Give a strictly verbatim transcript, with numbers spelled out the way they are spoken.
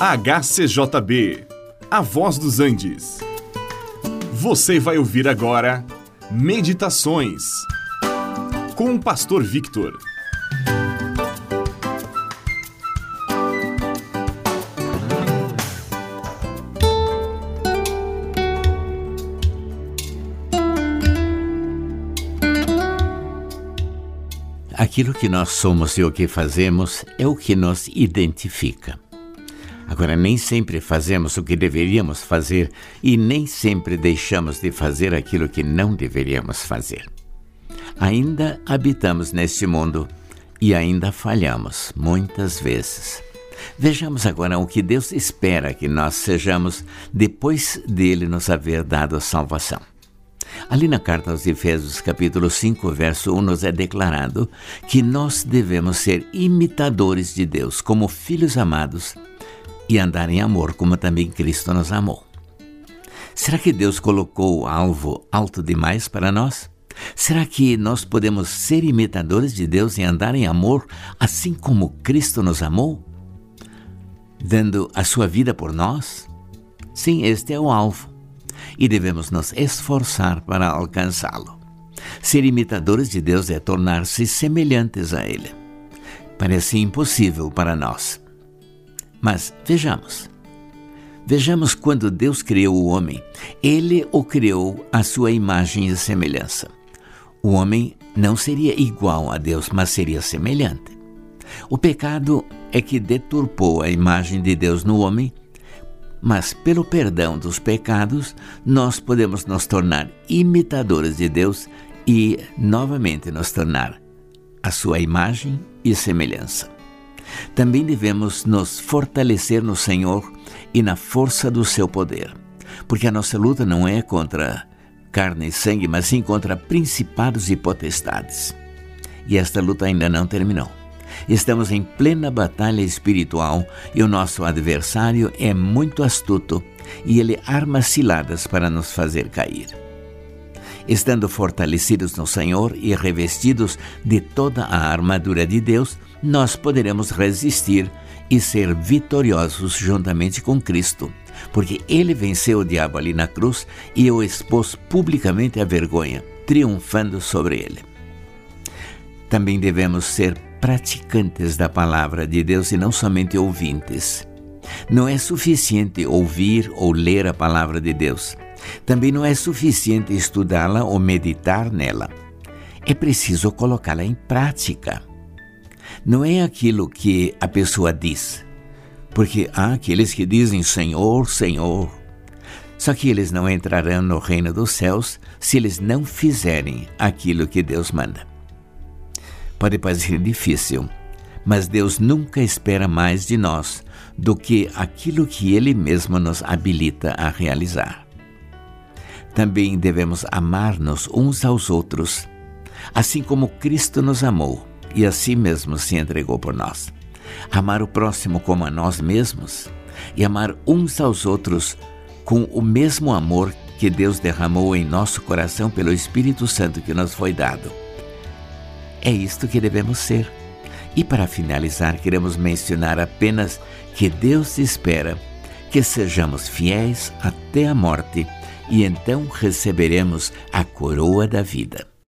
H C J B, A Voz dos Andes. Você vai ouvir agora Meditações com o Pastor Victor. Aquilo que nós somos e o que fazemos é o que nos identifica. Agora, nem sempre fazemos o que deveríamos fazer e nem sempre deixamos de fazer aquilo que não deveríamos fazer. Ainda habitamos neste mundo e ainda falhamos, muitas vezes. Vejamos agora o que Deus espera que nós sejamos depois dele nos haver dado a salvação. Ali na carta aos Efésios, capítulo cinco, verso um, nos é declarado que nós devemos ser imitadores de Deus, como filhos amados, e andar em amor, como também Cristo nos amou. Será que Deus colocou o alvo alto demais para nós? Será que nós podemos ser imitadores de Deus e andar em amor, assim como Cristo nos amou, dando a sua vida por nós? Sim, este é o alvo. E devemos nos esforçar para alcançá-lo. Ser imitadores de Deus é tornar-se semelhantes a Ele. Parece impossível para nós. Mas vejamos. Vejamos quando Deus criou o homem. Ele o criou à sua imagem e semelhança. O homem não seria igual a Deus, mas seria semelhante. O pecado é que deturpou a imagem de Deus no homem, mas pelo perdão dos pecados, nós podemos nos tornar imitadores de Deus e novamente nos tornar a sua imagem e semelhança. Também devemos nos fortalecer no Senhor e na força do seu poder, porque a nossa luta não é contra carne e sangue, mas sim contra principados e potestades. E esta luta ainda não terminou. Estamos em plena batalha espiritual e o nosso adversário é muito astuto e ele arma ciladas para nos fazer cair. Estando fortalecidos no Senhor e revestidos de toda a armadura de Deus, nós poderemos resistir e ser vitoriosos juntamente com Cristo, porque Ele venceu o diabo ali na cruz e o expôs publicamente à vergonha, triunfando sobre ele. Também devemos ser praticantes da palavra de Deus e não somente ouvintes. Não é suficiente ouvir ou ler a palavra de Deus. Também não é suficiente estudá-la ou meditar nela. É preciso colocá-la em prática. Não é aquilo que a pessoa diz, porque há aqueles que dizem Senhor, Senhor. Só que eles não entrarão no reino dos céus se eles não fizerem aquilo que Deus manda. Pode parecer difícil, mas Deus nunca espera mais de nós do que aquilo que Ele mesmo nos habilita a realizar. Também devemos amar-nos uns aos outros, assim como Cristo nos amou e assim mesmo se entregou por nós. Amar o próximo como a nós mesmos e amar uns aos outros com o mesmo amor que Deus derramou em nosso coração pelo Espírito Santo que nos foi dado. É isto que devemos ser. E para finalizar, queremos mencionar apenas que Deus espera que sejamos fiéis até a morte e então receberemos a coroa da vida.